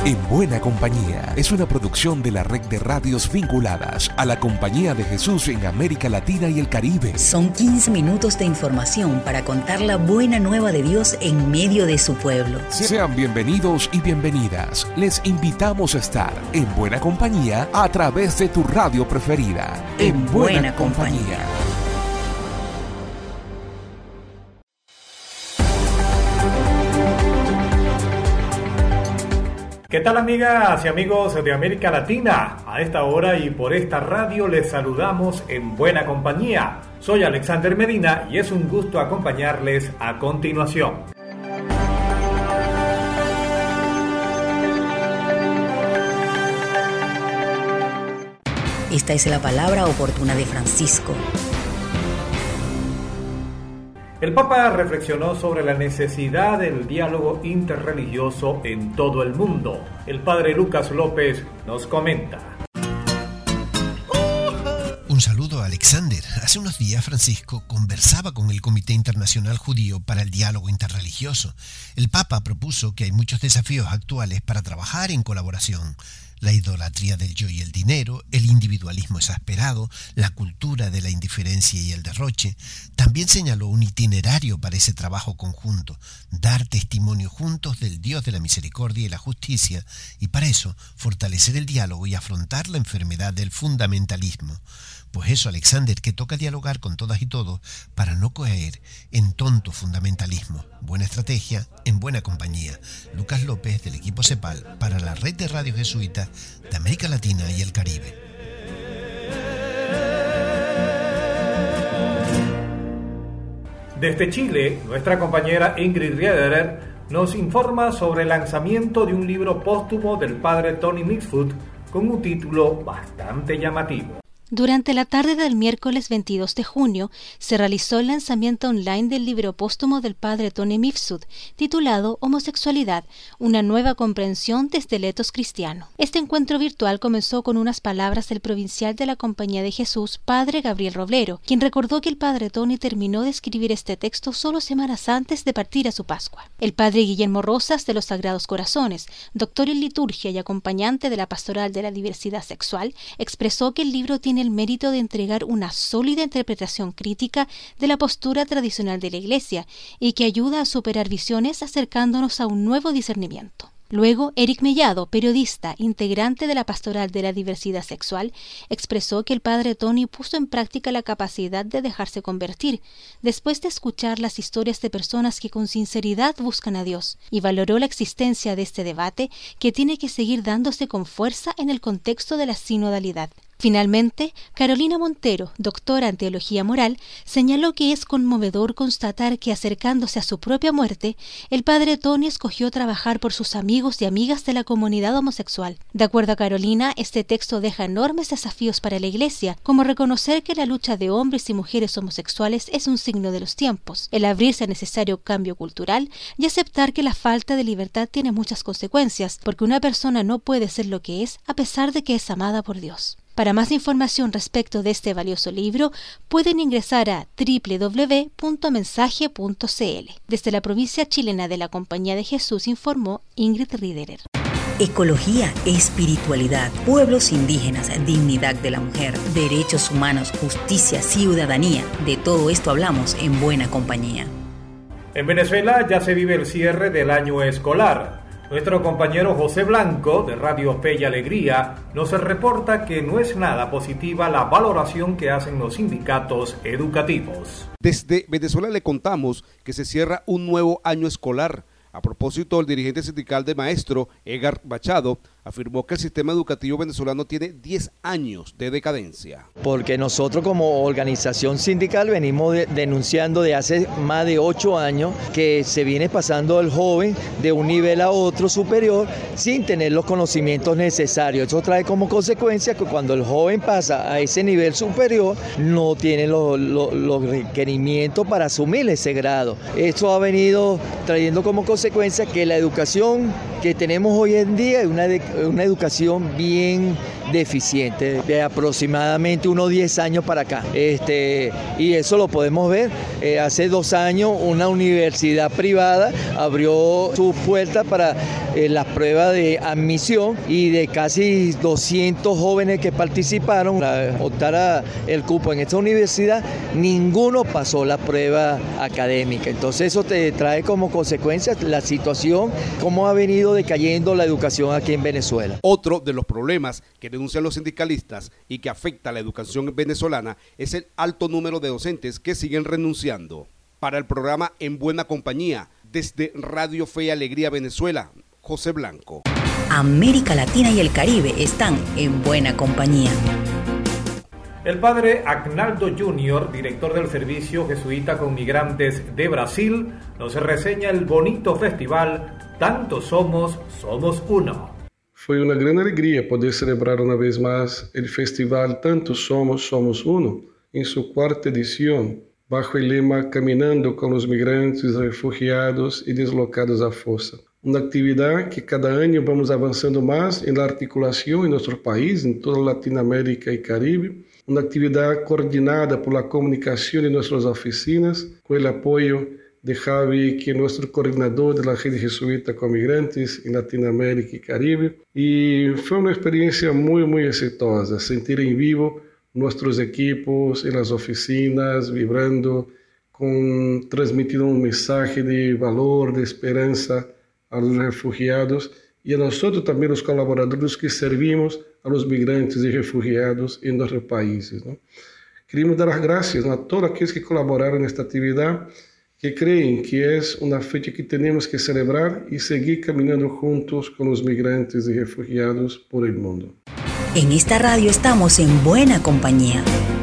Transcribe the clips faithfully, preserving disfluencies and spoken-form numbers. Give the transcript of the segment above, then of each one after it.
En Buena Compañía es una producción de la red de radios vinculadas a la Compañía de Jesús en América Latina y el Caribe. Son quince minutos de información para contar la buena nueva de Dios en medio de su pueblo. Sean bienvenidos y bienvenidas. Les invitamos a estar en Buena Compañía a través de tu radio preferida. En, en Buena, buena Compañía. compañía. ¿Qué tal, amigas y amigos de América Latina? A esta hora y por esta radio les saludamos en Buena Compañía. Soy Alexander Medina y es un gusto acompañarles a continuación. Esta es la palabra oportuna de Francisco. El Papa reflexionó sobre la necesidad del diálogo interreligioso en todo el mundo. El padre Lucas López nos comenta. Un saludo a Alexander. Hace unos días Francisco conversaba con el Comité Internacional Judío para el Diálogo Interreligioso. El Papa propuso que hay muchos desafíos actuales para trabajar en colaboración. La idolatría del yo y el dinero, el individualismo exasperado, la cultura de la indiferencia y el derroche. También señaló un itinerario para ese trabajo conjunto, dar testimonio juntos del Dios de la misericordia y la justicia, y para eso fortalecer el diálogo y afrontar la enfermedad del fundamentalismo. Pues eso, Alexander, que toca dialogar con todas y todos para no caer en tonto fundamentalismo. Buena estrategia, en buena compañía. Lucas López, del equipo CEPAL, para la red de radio jesuita de América Latina y el Caribe. Desde Chile, nuestra compañera Ingrid Riederer nos informa sobre el lanzamiento de un libro póstumo del padre Tony Mitford con un título bastante llamativo. Durante la tarde del miércoles veintidós de junio se realizó el lanzamiento online del libro póstumo del padre Tony Mitford, titulado Homosexualidad, una nueva comprensión desde el etos cristiano. Este encuentro virtual comenzó con unas palabras del provincial de la Compañía de Jesús, padre Gabriel Roblero, quien recordó que el padre Tony terminó de escribir este texto solo semanas antes de partir a su Pascua. El padre Guillermo Rosas, de los Sagrados Corazones, doctor en liturgia y acompañante de la Pastoral de la Diversidad Sexual, expresó que el libro tiene el mérito de entregar una sólida interpretación crítica de la postura tradicional de la Iglesia y que ayuda a superar visiones acercándonos a un nuevo discernimiento. Luego, Eric Mellado, periodista, integrante de la Pastoral de la Diversidad Sexual, expresó que el padre Tony puso en práctica la capacidad de dejarse convertir, después de escuchar las historias de personas que con sinceridad buscan a Dios, y valoró la existencia de este debate que tiene que seguir dándose con fuerza en el contexto de la sinodalidad. Finalmente, Carolina Montero, doctora en Teología Moral, señaló que es conmovedor constatar que, acercándose a su propia muerte, el padre Tony escogió trabajar por sus amigos y amigas de la comunidad homosexual. De acuerdo a Carolina, este texto deja enormes desafíos para la Iglesia, como reconocer que la lucha de hombres y mujeres homosexuales es un signo de los tiempos, el abrirse a necesario cambio cultural y aceptar que la falta de libertad tiene muchas consecuencias, porque una persona no puede ser lo que es a pesar de que es amada por Dios. Para más información respecto de este valioso libro, pueden ingresar a doble u doble u doble u punto mensaje punto c l. Desde la provincia chilena de la Compañía de Jesús informó Ingrid Riederer. Ecología, espiritualidad, pueblos indígenas, dignidad de la mujer, derechos humanos, justicia, ciudadanía. De todo esto hablamos en Buena Compañía. En Venezuela ya se vive el cierre del año escolar. Nuestro compañero José Blanco, de Radio Fe y Alegría, nos reporta que no es nada positiva la valoración que hacen los sindicatos educativos. Desde Venezuela le contamos que se cierra un nuevo año escolar. A propósito, el dirigente sindical de maestro, Edgar Machado, afirmó que el sistema educativo venezolano tiene diez años de decadencia. Porque nosotros como organización sindical venimos de, denunciando de hace más de ocho años que se viene pasando el joven de un nivel a otro superior sin tener los conocimientos necesarios. Eso trae como consecuencia que cuando el joven pasa a ese nivel superior no tiene los, los, los requerimientos para asumir ese grado. Esto ha venido trayendo como consecuencia que la educación que tenemos hoy en día es una, una educación bien deficiente, de aproximadamente unos diez años para acá. Este, y eso lo podemos ver. Eh, hace dos años una universidad privada abrió sus puertas para eh, las pruebas de admisión y de casi doscientos jóvenes que participaron para optar a el cupo en esta universidad, ninguno pasó la prueba académica. Entonces eso te trae como consecuencia la situación, cómo ha venido decayendo la educación aquí en Venezuela. Otro de los problemas que denuncian los sindicalistas y que afecta a la educación venezolana es el alto número de docentes que siguen renunciando. Para el programa En Buena Compañía, desde Radio Fe y Alegría Venezuela, José Blanco. América Latina y el Caribe están en buena compañía. El padre Agnaldo junior, director del Servicio Jesuita con Migrantes de Brasil, nos reseña el bonito festival Tantos Somos, Somos Uno. Foi uma grande alegria poder celebrar uma vez mais o festival Tantos Somos, Somos Uno, em sua quarta edição, bajo o lema Caminhando com os Migrantes, Refugiados e Deslocados à Força. Uma atividade que cada ano vamos avançando mais na articulação em nosso país, em toda a Latinoamérica e Caribe. Uma atividade coordenada por la comunicação de nossas oficinas, com o apoio de Javi, que é nosso coordenador da rede jesuíta com migrantes em Latinoamérica e Caribe. E foi uma experiência muito, muito exitosa, sentir em vivo nossos equipos em las oficinas, vibrando, com, transmitindo um mensagem de valor, de esperança a los refugiados e a nós também, os colaboradores que servimos a los migrantes e refugiados em nossos países, ¿no? Queremos dar as graças a todos aqueles que colaboraram nesta atividade, que creem que é uma fecha que temos que celebrar e seguir caminhando juntos com os migrantes e refugiados por el mundo. En esta radio estamos en buena compañía.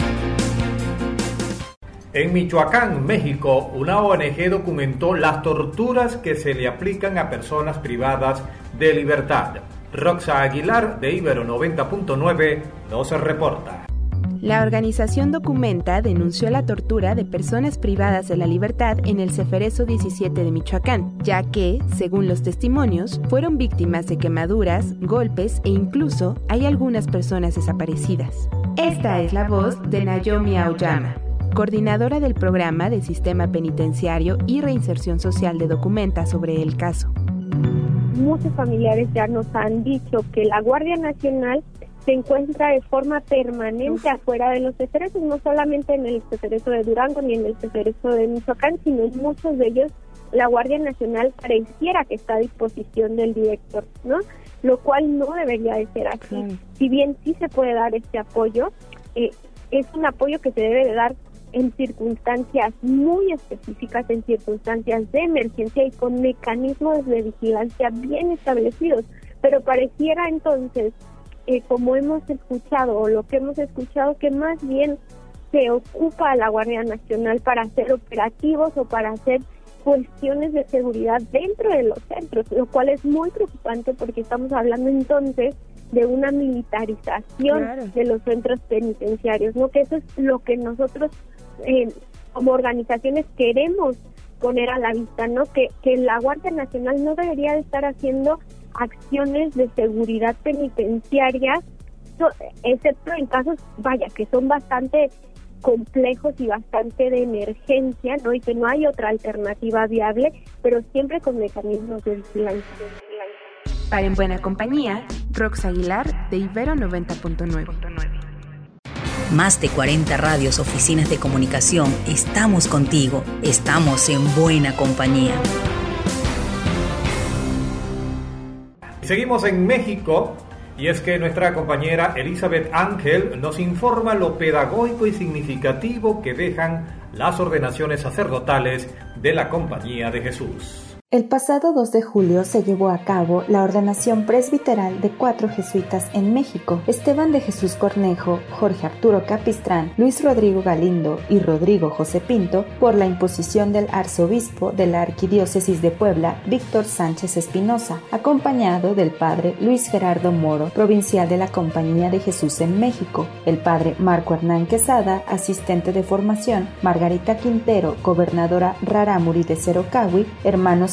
En Michoacán, México, una O N G documentó las torturas que se le aplican a personas privadas de libertad. Roxa Aguilar, de Ibero noventa punto nueve, nos reporta. La organización Documenta denunció la tortura de personas privadas de la libertad en el Ceferezo diecisiete de Michoacán, ya que, según los testimonios, fueron víctimas de quemaduras, golpes e incluso hay algunas personas desaparecidas. Esta es la voz de Naomi Aoyama, coordinadora del programa de Sistema Penitenciario y Reinserción Social de Documenta sobre el caso. Muchos familiares ya nos han dicho que la Guardia Nacional se encuentra de forma permanente afuera de los ceferezos, no solamente en el ceferezo de Durango ni en el ceferezo de Michoacán, sino en muchos de ellos la Guardia Nacional pareciera que está a disposición del director, ¿no? Lo cual no debería de ser así. Claro. Si bien sí se puede dar este apoyo, eh, es un apoyo que se debe de dar en circunstancias muy específicas, en circunstancias de emergencia y con mecanismos de vigilancia bien establecidos. Pero pareciera entonces, eh, como hemos escuchado, o lo que hemos escuchado, que más bien se ocupa a la Guardia Nacional para hacer operativos o para hacer cuestiones de seguridad dentro de los centros, lo cual es muy preocupante porque estamos hablando entonces de una militarización claro. de los centros penitenciarios, ¿no? Que eso es lo que nosotros eh, como organizaciones queremos poner a la vista, ¿no? Que, que la Guardia Nacional no debería de estar haciendo acciones de seguridad penitenciaria, so, excepto en casos, vaya, que son bastante complejos y bastante de emergencia, ¿no? Y que no hay otra alternativa viable, pero siempre con mecanismos de vigilancia. Para En Buena Compañía, Roxa Aguilar, de Ibero noventa punto nueve. Más de cuarenta radios, oficinas de comunicación, estamos contigo, estamos en buena compañía. Seguimos en México, y es que nuestra compañera Elizabeth Ángel nos informa lo pedagógico y significativo que dejan las ordenaciones sacerdotales de la Compañía de Jesús. El pasado dos de julio se llevó a cabo la ordenación presbiteral de cuatro jesuitas en México: Esteban de Jesús Cornejo, Jorge Arturo Capistrán, Luis Rodrigo Galindo y Rodrigo José Pinto, por la imposición del arzobispo de la Arquidiócesis de Puebla, Víctor Sánchez Espinosa, acompañado del padre Luis Gerardo Moro, provincial de la Compañía de Jesús en México, el padre Marco Hernán Quesada, asistente de formación, Margarita Quintero, gobernadora Rarámuri de Cerocahui, hermanos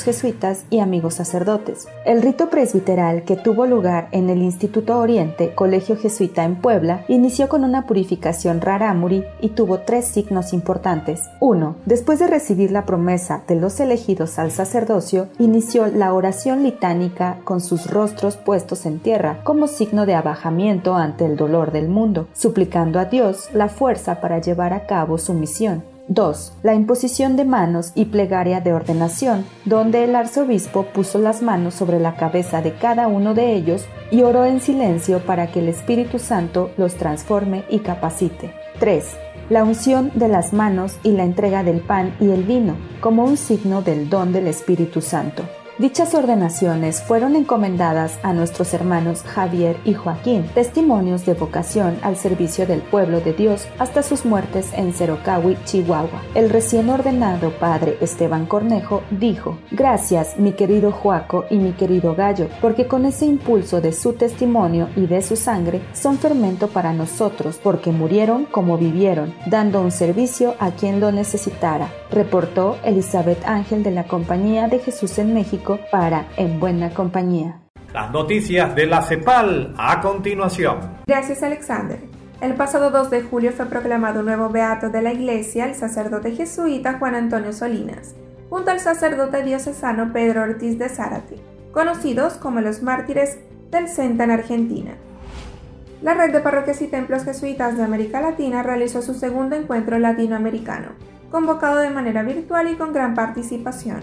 hermanos jesuitas y amigos sacerdotes. El rito presbiteral que tuvo lugar en el Instituto Oriente, Colegio Jesuita en Puebla, inició con una purificación rarámuri y tuvo tres signos importantes. uno. Después de recibir la promesa de los elegidos al sacerdocio, inició la oración litánica con sus rostros puestos en tierra como signo de abajamiento ante el dolor del mundo, suplicando a Dios la fuerza para llevar a cabo su misión. dos. La imposición de manos y plegaria de ordenación, donde el arzobispo puso las manos sobre la cabeza de cada uno de ellos y oró en silencio para que el Espíritu Santo los transforme y capacite. tres. La unción de las manos y la entrega del pan y el vino, como un signo del don del Espíritu Santo. Dichas ordenaciones fueron encomendadas a nuestros hermanos Javier y Joaquín, testimonios de vocación al servicio del pueblo de Dios hasta sus muertes en Cerocahui, Chihuahua. El recién ordenado padre Esteban Cornejo dijo: «Gracias, mi querido Joaco y mi querido Gallo, porque con ese impulso de su testimonio y de su sangre son fermento para nosotros, porque murieron como vivieron, dando un servicio a quien lo necesitara», reportó Elizabeth Ángel de la Compañía de Jesús en México para En Buena Compañía. Las noticias de la CEPAL a continuación. Gracias, Alexander. El pasado dos de julio fue proclamado un nuevo beato de la Iglesia, el sacerdote jesuita Juan Antonio Solinas, junto al sacerdote diocesano Pedro Ortiz de Zárate, conocidos como los mártires del Centa en Argentina. La Red de Parroquias y Templos Jesuitas de América Latina realizó su segundo encuentro latinoamericano, convocado de manera virtual y con gran participación.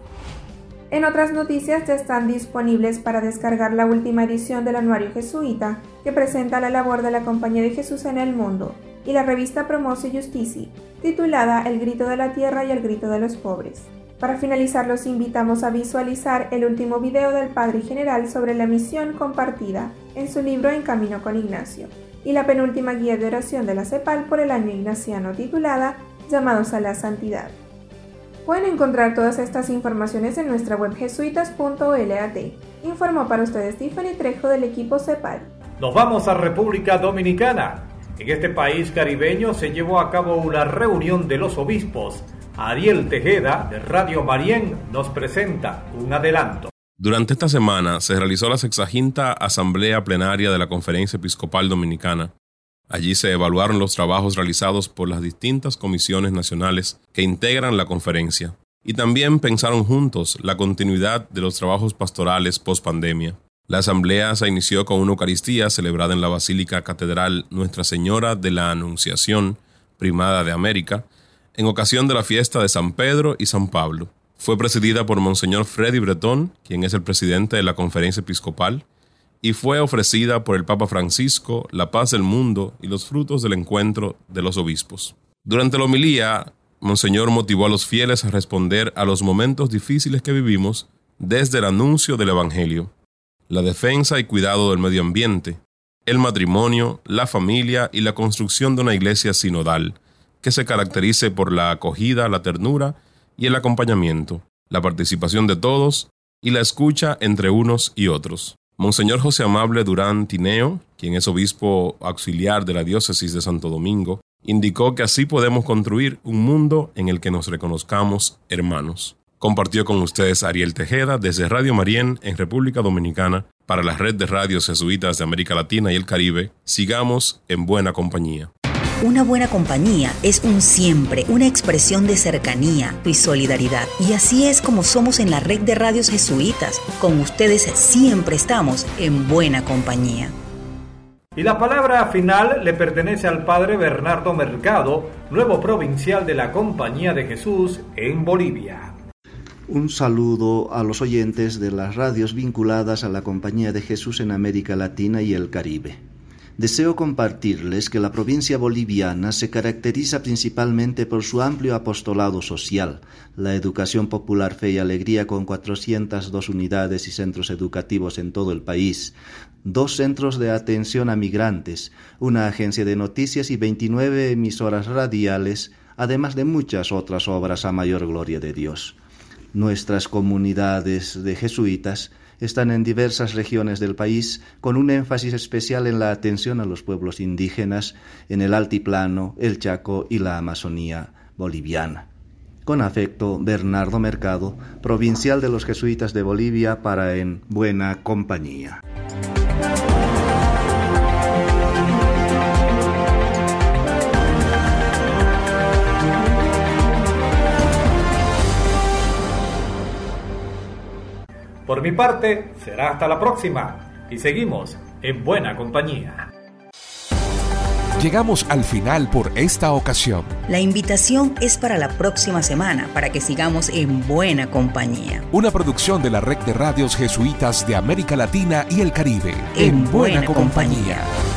En otras noticias, ya están disponibles para descargar la última edición del Anuario Jesuita, que presenta la labor de la Compañía de Jesús en el mundo, y la revista Promotio Justici, titulada El Grito de la Tierra y el Grito de los Pobres. Para finalizar, los invitamos a visualizar el último video del Padre General sobre la misión compartida en su libro En Camino con Ignacio, y la penúltima guía de oración de la CEPAL por el año ignaciano titulada Llamados a la Santidad. Pueden encontrar todas estas informaciones en nuestra web jesuitas punto lat. Informó para ustedes Tiffany Trejo del equipo CEPAL. Nos vamos a República Dominicana. En este país caribeño se llevó a cabo una reunión de los obispos. Ariel Tejeda, de Radio Marién, nos presenta un adelanto. Durante esta semana se realizó la sexagésima Asamblea Plenaria de la Conferencia Episcopal Dominicana. Allí se evaluaron los trabajos realizados por las distintas comisiones nacionales que integran la conferencia y también pensaron juntos la continuidad de los trabajos pastorales post-pandemia. La asamblea se inició con una Eucaristía celebrada en la Basílica Catedral Nuestra Señora de la Anunciación, Primada de América, en ocasión de la fiesta de San Pedro y San Pablo. Fue presidida por Monseñor Freddy Bretón, quien es el presidente de la Conferencia Episcopal, y fue ofrecida por el Papa Francisco, la paz del mundo y los frutos del encuentro de los obispos. Durante la homilía, Monseñor motivó a los fieles a responder a los momentos difíciles que vivimos desde el anuncio del Evangelio, la defensa y cuidado del medio ambiente, el matrimonio, la familia y la construcción de una iglesia sinodal, que se caracterice por la acogida, la ternura y el acompañamiento, la participación de todos y la escucha entre unos y otros. Monseñor José Amable Durán Tineo, quien es obispo auxiliar de la diócesis de Santo Domingo, indicó que así podemos construir un mundo en el que nos reconozcamos hermanos. Compartió con ustedes Ariel Tejeda desde Radio Marién en República Dominicana para la red de radios jesuitas de América Latina y el Caribe. Sigamos en buena compañía. Una buena compañía es un siempre, una expresión de cercanía y solidaridad. Y así es como somos en la red de radios jesuitas. Con ustedes siempre estamos en buena compañía. Y la palabra final le pertenece al padre Bernardo Mercado, nuevo provincial de la Compañía de Jesús en Bolivia. Un saludo a los oyentes de las radios vinculadas a la Compañía de Jesús en América Latina y el Caribe. Deseo compartirles que la provincia boliviana se caracteriza principalmente por su amplio apostolado social, la educación popular Fe y Alegría con cuatrocientas dos unidades y centros educativos en todo el país, dos centros de atención a migrantes, una agencia de noticias y veintinueve emisoras radiales, además de muchas otras obras a mayor gloria de Dios. Nuestras comunidades de jesuitas están en diversas regiones del país, con un énfasis especial en la atención a los pueblos indígenas en el altiplano, el Chaco y la Amazonía boliviana. Con afecto, Bernardo Mercado, provincial de los jesuitas de Bolivia, para En Buena Compañía. Por mi parte, será hasta la próxima y seguimos en buena compañía. Llegamos al final por esta ocasión. La invitación es para la próxima semana para que sigamos en buena compañía. Una producción de la Red de Radios Jesuitas de América Latina y el Caribe. En, en buena, buena compañía. compañía.